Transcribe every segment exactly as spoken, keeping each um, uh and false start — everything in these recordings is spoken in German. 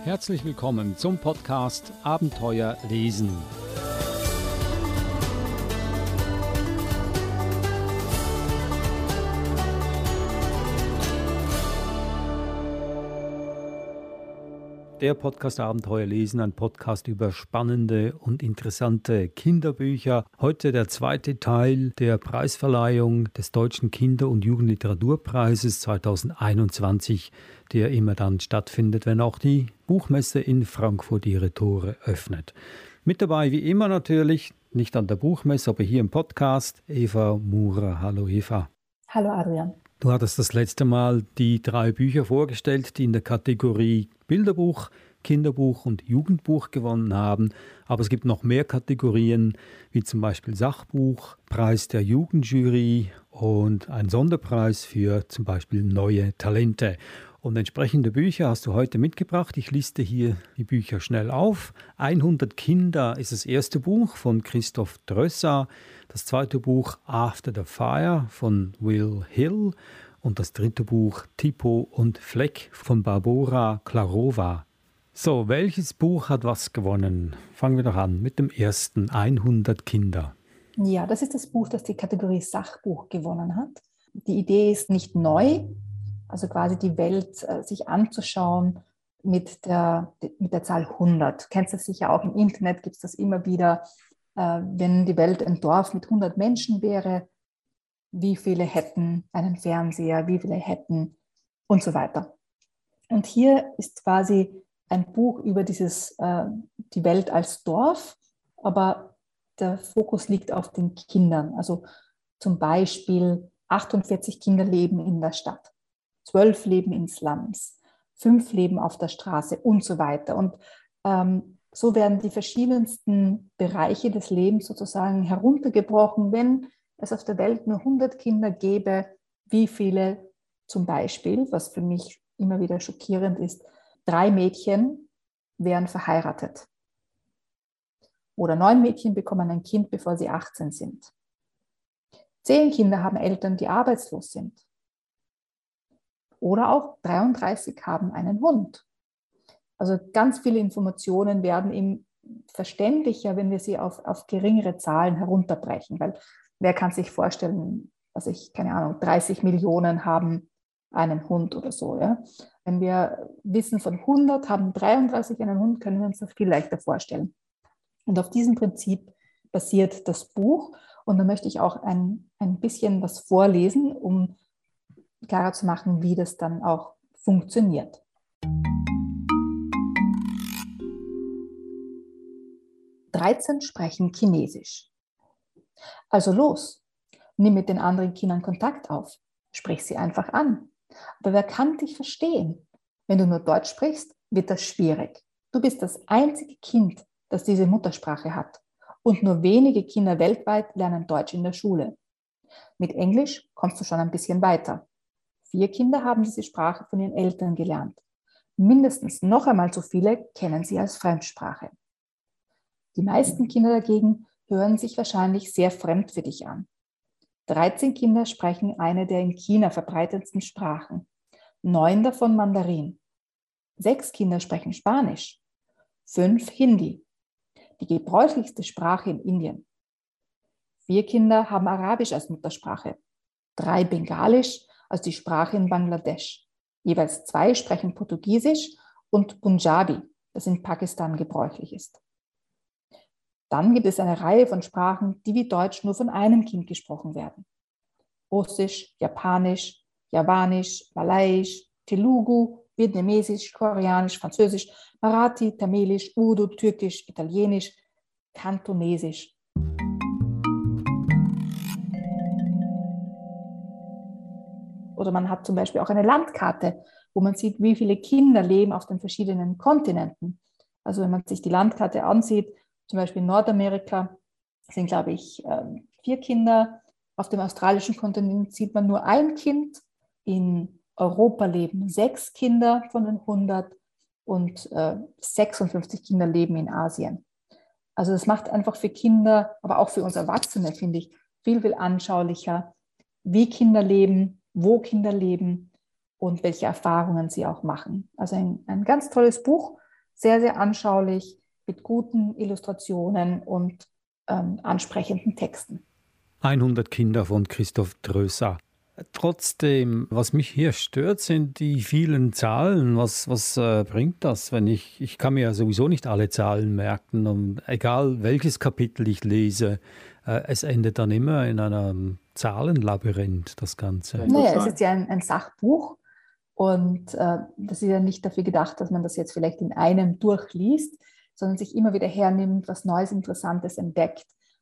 Herzlich willkommen zum Podcast Abenteuer lesen. Der Podcast Abenteuer lesen, ein Podcast über spannende und interessante Kinderbücher. Heute der zweite Teil der Preisverleihung des Deutschen Kinder- und Jugendliteraturpreises zweitausendeinundzwanzig, der immer dann stattfindet, wenn auch die Buchmesse in Frankfurt ihre Tore öffnet. Mit dabei wie immer natürlich, nicht an der Buchmesse, aber hier im Podcast, Eva Murer. Hallo Eva. Hallo Adrian. Du hattest das letzte Mal die drei Bücher vorgestellt, die in der Kategorie Bilderbuch, Kinderbuch und Jugendbuch gewonnen haben. Aber es gibt noch mehr Kategorien, wie zum Beispiel Sachbuch, Preis der Jugendjury und ein Sonderpreis für zum Beispiel neue Talente. Und entsprechende Bücher hast du heute mitgebracht. Ich liste hier die Bücher schnell auf. hundert Kinder ist das erste Buch von Christoph Drössa. Das zweite Buch After the Fire von Will Hill. Und das dritte Buch Tipo und Fleck von Barbora Klarova. So, welches Buch hat was gewonnen? Fangen wir doch an mit dem ersten, hundert Kinder. Ja, das ist das Buch, das die Kategorie Sachbuch gewonnen hat. Die Idee ist nicht neu, also quasi die Welt äh, sich anzuschauen mit der, mit der Zahl hundert. Du kennst das sicher auch im Internet, gibt es das immer wieder. Äh, wenn die Welt ein Dorf mit hundert Menschen wäre, wie viele hätten einen Fernseher, wie viele hätten und so weiter. Und hier ist quasi ein Buch über dieses, äh, die Welt als Dorf, aber der Fokus liegt auf den Kindern. Also zum Beispiel achtundvierzig Kinder leben in der Stadt, zwölf leben in Slums, fünf leben auf der Straße und so weiter. Und ähm, so werden die verschiedensten Bereiche des Lebens sozusagen heruntergebrochen. Wenn es auf der Welt nur hundert Kinder gäbe, wie viele zum Beispiel, was für mich immer wieder schockierend ist, drei Mädchen wären verheiratet. Oder neun Mädchen bekommen ein Kind, bevor sie achtzehn sind. Zehn Kinder haben Eltern, die arbeitslos sind. Oder auch dreiunddreißig haben einen Hund. Also ganz viele Informationen werden ihm verständlicher, wenn wir sie auf, auf geringere Zahlen herunterbrechen. Weil wer kann sich vorstellen, also ich, keine Ahnung, dreißig Millionen haben einen Hund oder so. Ja? Wenn wir wissen, von hundert haben dreiunddreißig einen Hund, können wir uns das viel leichter vorstellen. Und auf diesem Prinzip basiert das Buch. Und da möchte ich auch ein, ein bisschen was vorlesen, um klarer zu machen, wie das dann auch funktioniert. dreizehn sprechen Chinesisch. Also los, nimm mit den anderen Kindern Kontakt auf, sprich sie einfach an. Aber wer kann dich verstehen? Wenn du nur Deutsch sprichst, wird das schwierig. Du bist das einzige Kind, das diese Muttersprache hat. Und nur wenige Kinder weltweit lernen Deutsch in der Schule. Mit Englisch kommst du schon ein bisschen weiter. Vier Kinder haben diese Sprache von ihren Eltern gelernt. Mindestens noch einmal so viele kennen sie als Fremdsprache. Die meisten Kinder dagegen hören sich wahrscheinlich sehr fremd für dich an. dreizehn Kinder sprechen eine der in China verbreitetsten Sprachen. Neun davon Mandarin. Sechs Kinder sprechen Spanisch. Fünf Hindi, die gebräuchlichste Sprache in Indien. Vier Kinder haben Arabisch als Muttersprache. Drei Bengalisch, also die Sprache in Bangladesch. Jeweils zwei sprechen Portugiesisch und Punjabi, das in Pakistan gebräuchlich ist. Dann gibt es eine Reihe von Sprachen, die wie Deutsch nur von einem Kind gesprochen werden. Russisch, Japanisch, Javanisch, Malayisch, Telugu, Vietnamesisch, Koreanisch, Französisch, Marathi, Tamilisch, Urdu, Türkisch, Italienisch, Kantonesisch. Oder man hat zum Beispiel auch eine Landkarte, wo man sieht, wie viele Kinder leben auf den verschiedenen Kontinenten. Also wenn man sich die Landkarte ansieht, zum Beispiel in Nordamerika sind, glaube ich, vier Kinder. Auf dem australischen Kontinent sieht man nur ein Kind. In Europa leben sechs Kinder von den hundert und sechsundfünfzig Kinder leben in Asien. Also das macht einfach für Kinder, aber auch für uns Erwachsene, finde ich, viel, viel anschaulicher, wie Kinder leben, wo Kinder leben und welche Erfahrungen sie auch machen. Also ein, ein ganz tolles Buch, sehr, sehr anschaulich mit guten Illustrationen und ähm, ansprechenden Texten. hundert Kinder von Christoph Drösa. Trotzdem, was mich hier stört, sind die vielen Zahlen. Was, was äh, bringt das, wenn ich, ich kann mir ja sowieso nicht alle Zahlen merken und egal welches Kapitel ich lese, äh, es endet dann immer in einem Zahlenlabyrinth, das Ganze. Naja, es ist ja ein, ein Sachbuch und äh, das ist ja nicht dafür gedacht, dass man das jetzt vielleicht in einem durchliest, sondern sich immer wieder hernimmt, was Neues, Interessantes entdeckt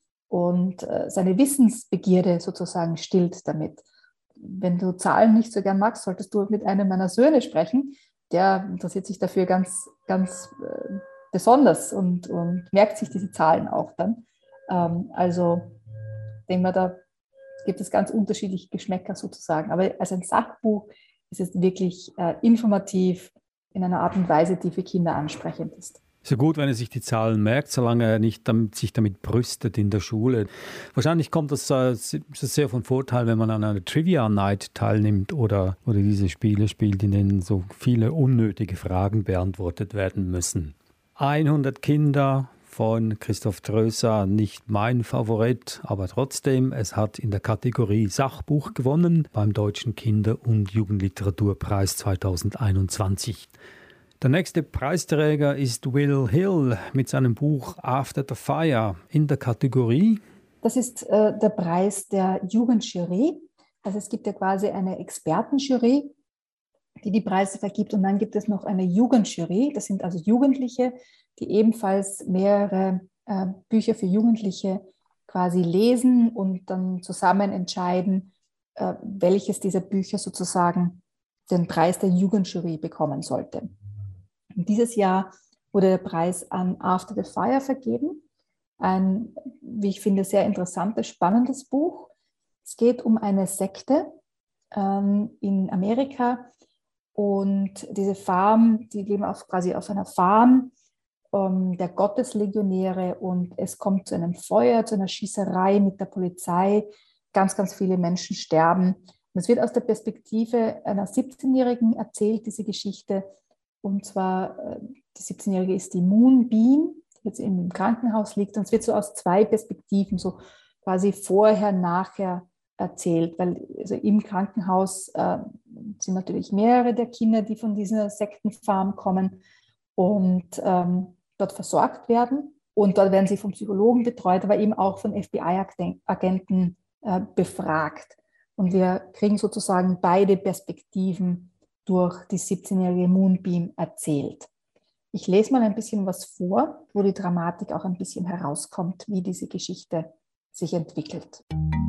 und äh, seine Wissensbegierde sozusagen stillt damit. Wenn du Zahlen nicht so gern magst, solltest du mit einem meiner Söhne sprechen. Der interessiert sich dafür ganz, ganz äh, besonders und, und merkt sich diese Zahlen auch dann. Ähm, also denke mal, da gibt es ganz unterschiedliche Geschmäcker sozusagen. Aber als ein Sachbuch ist es wirklich äh, informativ in einer Art und Weise, die für Kinder ansprechend ist. So gut, wenn er sich die Zahlen merkt, solange er nicht damit, sich damit brüstet in der Schule. Wahrscheinlich kommt das äh, sehr von Vorteil, wenn man an einer Trivia Night teilnimmt oder, oder diese Spiele spielt, in denen so viele unnötige Fragen beantwortet werden müssen. hundert Kinder von Christoph Drösa, nicht mein Favorit, aber trotzdem, es hat in der Kategorie Sachbuch gewonnen beim Deutschen Kinder- und Jugendliteraturpreis zweitausendeinundzwanzig. Der nächste Preisträger ist Will Hill mit seinem Buch After the Fire in der Kategorie. Das ist äh, der Preis der Jugendjury. Also es gibt ja quasi eine Expertenjury, die die Preise vergibt. Und dann gibt es noch eine Jugendjury. Das sind also Jugendliche, die ebenfalls mehrere äh, Bücher für Jugendliche quasi lesen und dann zusammen entscheiden, äh, welches dieser Bücher sozusagen den Preis der Jugendjury bekommen sollte. Und dieses Jahr wurde der Preis an After the Fire vergeben. Ein, wie ich finde, sehr interessantes, spannendes Buch. Es geht um eine Sekte ähm, in Amerika und diese Farm, die leben auf, quasi auf einer Farm ähm, der Gotteslegionäre und es kommt zu einem Feuer, zu einer Schießerei mit der Polizei. Ganz, ganz viele Menschen sterben. Und es wird aus der Perspektive einer siebzehnjährigen erzählt, diese Geschichte. Und zwar, die siebzehnjährige ist die Moonbeam, die jetzt im Krankenhaus liegt. Und es wird so aus zwei Perspektiven, so quasi vorher, nachher erzählt. Weil also im Krankenhaus äh, sind natürlich mehrere der Kinder, die von dieser Sektenfarm kommen und ähm, dort versorgt werden. Und dort werden sie vom Psychologen betreut, aber eben auch von F B I-Agenten äh, befragt. Und wir kriegen sozusagen beide Perspektiven durch die siebzehnjährige Moonbeam erzählt. Ich lese mal ein bisschen was vor, wo die Dramatik auch ein bisschen herauskommt, wie diese Geschichte sich entwickelt.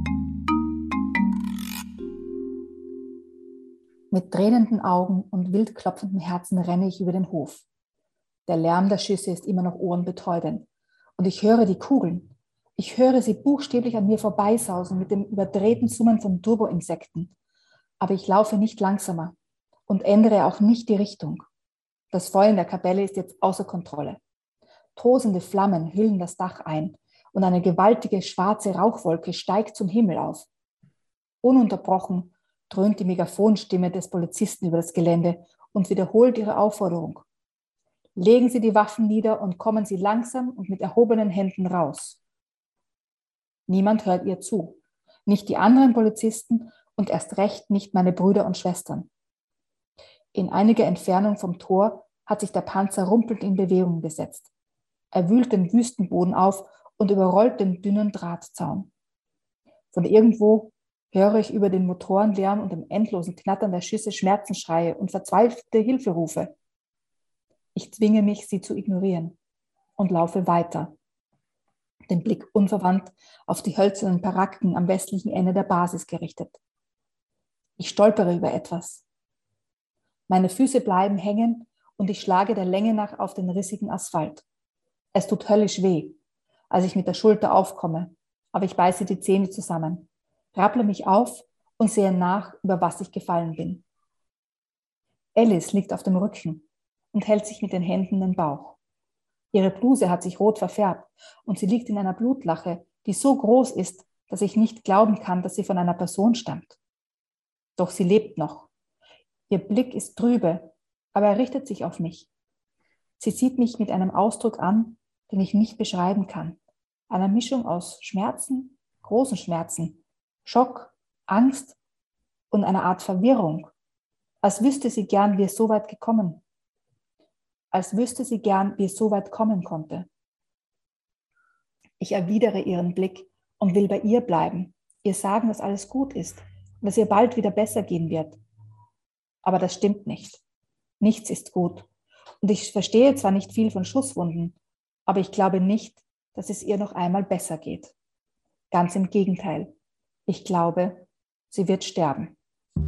Mit tränenden Augen und wild klopfendem Herzen renne ich über den Hof. Der Lärm der Schüsse ist immer noch ohrenbetäubend. Und ich höre die Kugeln. Ich höre sie buchstäblich an mir vorbeisausen mit dem überdrehten Summen von Turboinsekten. Aber ich laufe nicht langsamer und ändere auch nicht die Richtung. Das Feuer in der Kapelle ist jetzt außer Kontrolle. Tosende Flammen hüllen das Dach ein und eine gewaltige schwarze Rauchwolke steigt zum Himmel auf. Ununterbrochen dröhnt die Megafonstimme des Polizisten über das Gelände und wiederholt ihre Aufforderung. Legen Sie die Waffen nieder und kommen Sie langsam und mit erhobenen Händen raus. Niemand hört ihr zu. Nicht die anderen Polizisten und erst recht nicht meine Brüder und Schwestern. In einiger Entfernung vom Tor hat sich der Panzer rumpelnd in Bewegung gesetzt. Er wühlt den Wüstenboden auf und überrollt den dünnen Drahtzaun. Von irgendwo höre ich über den Motorenlärm und dem endlosen Knattern der Schüsse Schmerzensschreie und verzweifelte Hilferufe. Ich zwinge mich, sie zu ignorieren und laufe weiter, den Blick unverwandt auf die hölzernen Baracken am westlichen Ende der Basis gerichtet. Ich stolpere über etwas. Meine Füße bleiben hängen und ich schlage der Länge nach auf den rissigen Asphalt. Es tut höllisch weh, als ich mit der Schulter aufkomme, aber ich beiße die Zähne zusammen, rapple mich auf und sehe nach, über was ich gefallen bin. Alice liegt auf dem Rücken und hält sich mit den Händen den Bauch. Ihre Bluse hat sich rot verfärbt und sie liegt in einer Blutlache, die so groß ist, dass ich nicht glauben kann, dass sie von einer Person stammt. Doch sie lebt noch. Ihr Blick ist trübe, aber er richtet sich auf mich. Sie sieht mich mit einem Ausdruck an, den ich nicht beschreiben kann. Einer Mischung aus Schmerzen, großen Schmerzen, Schock, Angst und einer Art Verwirrung. Als wüsste sie gern, wie es so weit gekommen. Als wüsste sie gern, wie es so weit kommen konnte. Ich erwidere ihren Blick und will bei ihr bleiben, ihr sagen, dass alles gut ist und dass ihr bald wieder besser gehen wird. Aber das stimmt nicht. Nichts ist gut. Und ich verstehe zwar nicht viel von Schusswunden, aber ich glaube nicht, dass es ihr noch einmal besser geht. Ganz im Gegenteil. Ich glaube, sie wird sterben.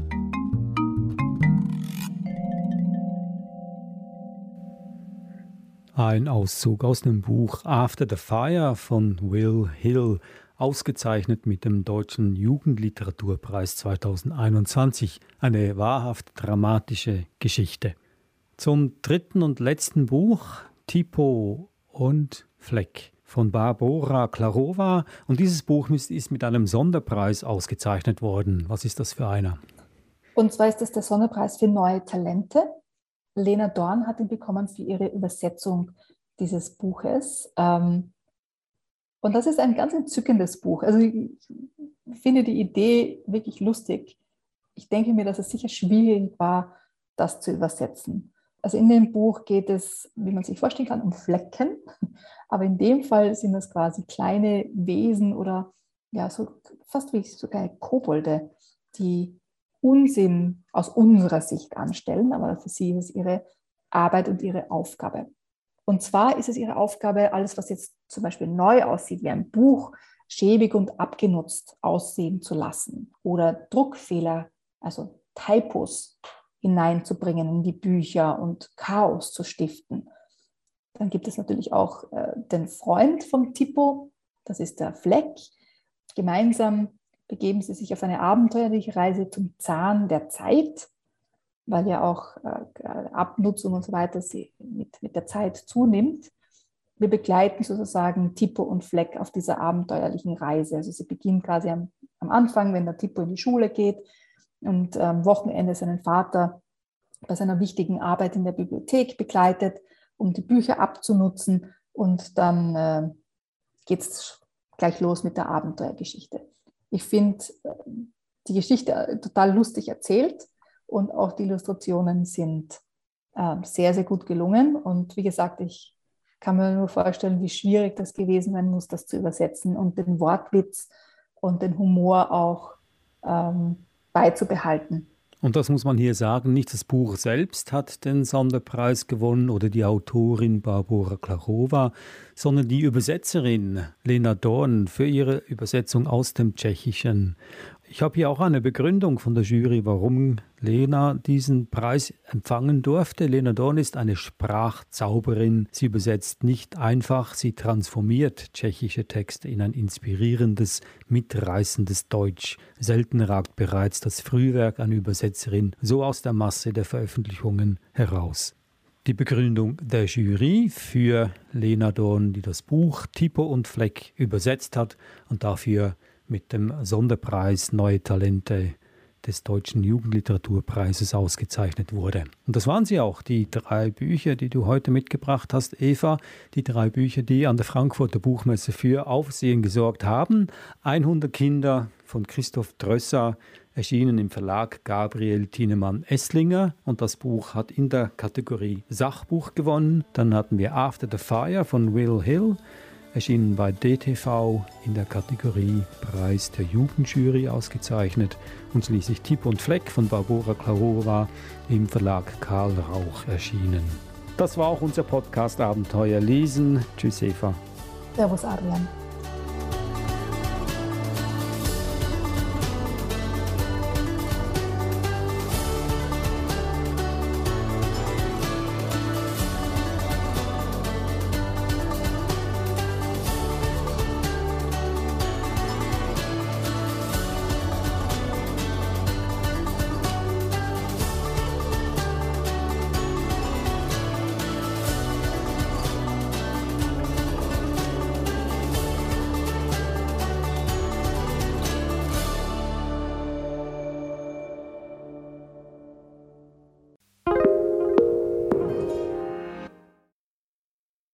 Ein Auszug aus dem Buch After the Fire von Will Hill, ausgezeichnet mit dem Deutschen Jugendliteraturpreis zweitausendeinundzwanzig. Eine wahrhaft dramatische Geschichte. Zum dritten und letzten Buch, Tipo und Fleck von Barbora Klarowa. Und dieses Buch ist mit einem Sonderpreis ausgezeichnet worden. Was ist das für einer? Und zwar ist das der Sonderpreis für neue Talente. Lena Dorn hat ihn bekommen für ihre Übersetzung dieses Buches. Und das ist ein ganz entzückendes Buch. Also ich finde die Idee wirklich lustig. Ich denke mir, dass es sicher schwierig war, das zu übersetzen. Also in dem Buch geht es, wie man sich vorstellen kann, um Flecken. Aber in dem Fall sind das quasi kleine Wesen oder ja, so fast wie sogar Kobolde, die Unsinn aus unserer Sicht anstellen, aber für sie ist es ihre Arbeit und ihre Aufgabe. Und zwar ist es ihre Aufgabe, alles, was jetzt zum Beispiel neu aussieht, wie ein Buch, schäbig und abgenutzt aussehen zu lassen oder Druckfehler, also Typos hineinzubringen in die Bücher und Chaos zu stiften. Dann gibt es natürlich auch äh, den Freund vom Tipo, das ist der Fleck. Gemeinsam begeben sie sich auf eine abenteuerliche Reise zum Zahn der Zeit, weil ja auch äh, Abnutzung und so weiter sie mit, mit der Zeit zunimmt. Wir begleiten sozusagen Tipo und Fleck auf dieser abenteuerlichen Reise. Also sie beginnen quasi am, am Anfang, wenn der Tipo in die Schule geht und am Wochenende seinen Vater bei seiner wichtigen Arbeit in der Bibliothek begleitet, um die Bücher abzunutzen. Und dann äh, geht es gleich los mit der Abenteuergeschichte. Ich finde die Geschichte total lustig erzählt und auch die Illustrationen sind äh, sehr, sehr gut gelungen. Und wie gesagt, ich kann mir nur vorstellen, wie schwierig das gewesen sein muss, das zu übersetzen und den Wortwitz und den Humor auch ähm, beizubehalten. Und das muss man hier sagen, nicht das Buch selbst hat den Sonderpreis gewonnen oder die Autorin Barbora Klarowa, sondern die Übersetzerin Lena Dorn für ihre Übersetzung aus dem Tschechischen. Ich habe hier auch eine Begründung von der Jury, warum Lena diesen Preis empfangen durfte. Lena Dorn ist eine Sprachzauberin. Sie übersetzt nicht einfach, sie transformiert tschechische Texte in ein inspirierendes, mitreißendes Deutsch. Selten ragt bereits das Frühwerk einer Übersetzerin so aus der Masse der Veröffentlichungen heraus. Die Begründung der Jury für Lena Dorn, die das Buch Tipo und Fleck übersetzt hat und dafür mit dem Sonderpreis Neue Talente des Deutschen Jugendliteraturpreises ausgezeichnet wurde. Und das waren sie auch, die drei Bücher, die du heute mitgebracht hast, Eva. Die drei Bücher, die an der Frankfurter Buchmesse für Aufsehen gesorgt haben. hundert Kinder von Christoph Drösser, erschienen im Verlag Gabriel Thienemann-Esslinger. Und das Buch hat in der Kategorie Sachbuch gewonnen. Dann hatten wir After the Fire von Will Hill, erschienen bei D T V in der Kategorie Preis der Jugendjury ausgezeichnet und schließlich Tipo und Fleck von Barbora Klarowa im Verlag Karl Rauch erschienen. Das war auch unser Podcast Abenteuer lesen. Tschüss Eva. Servus Adrian.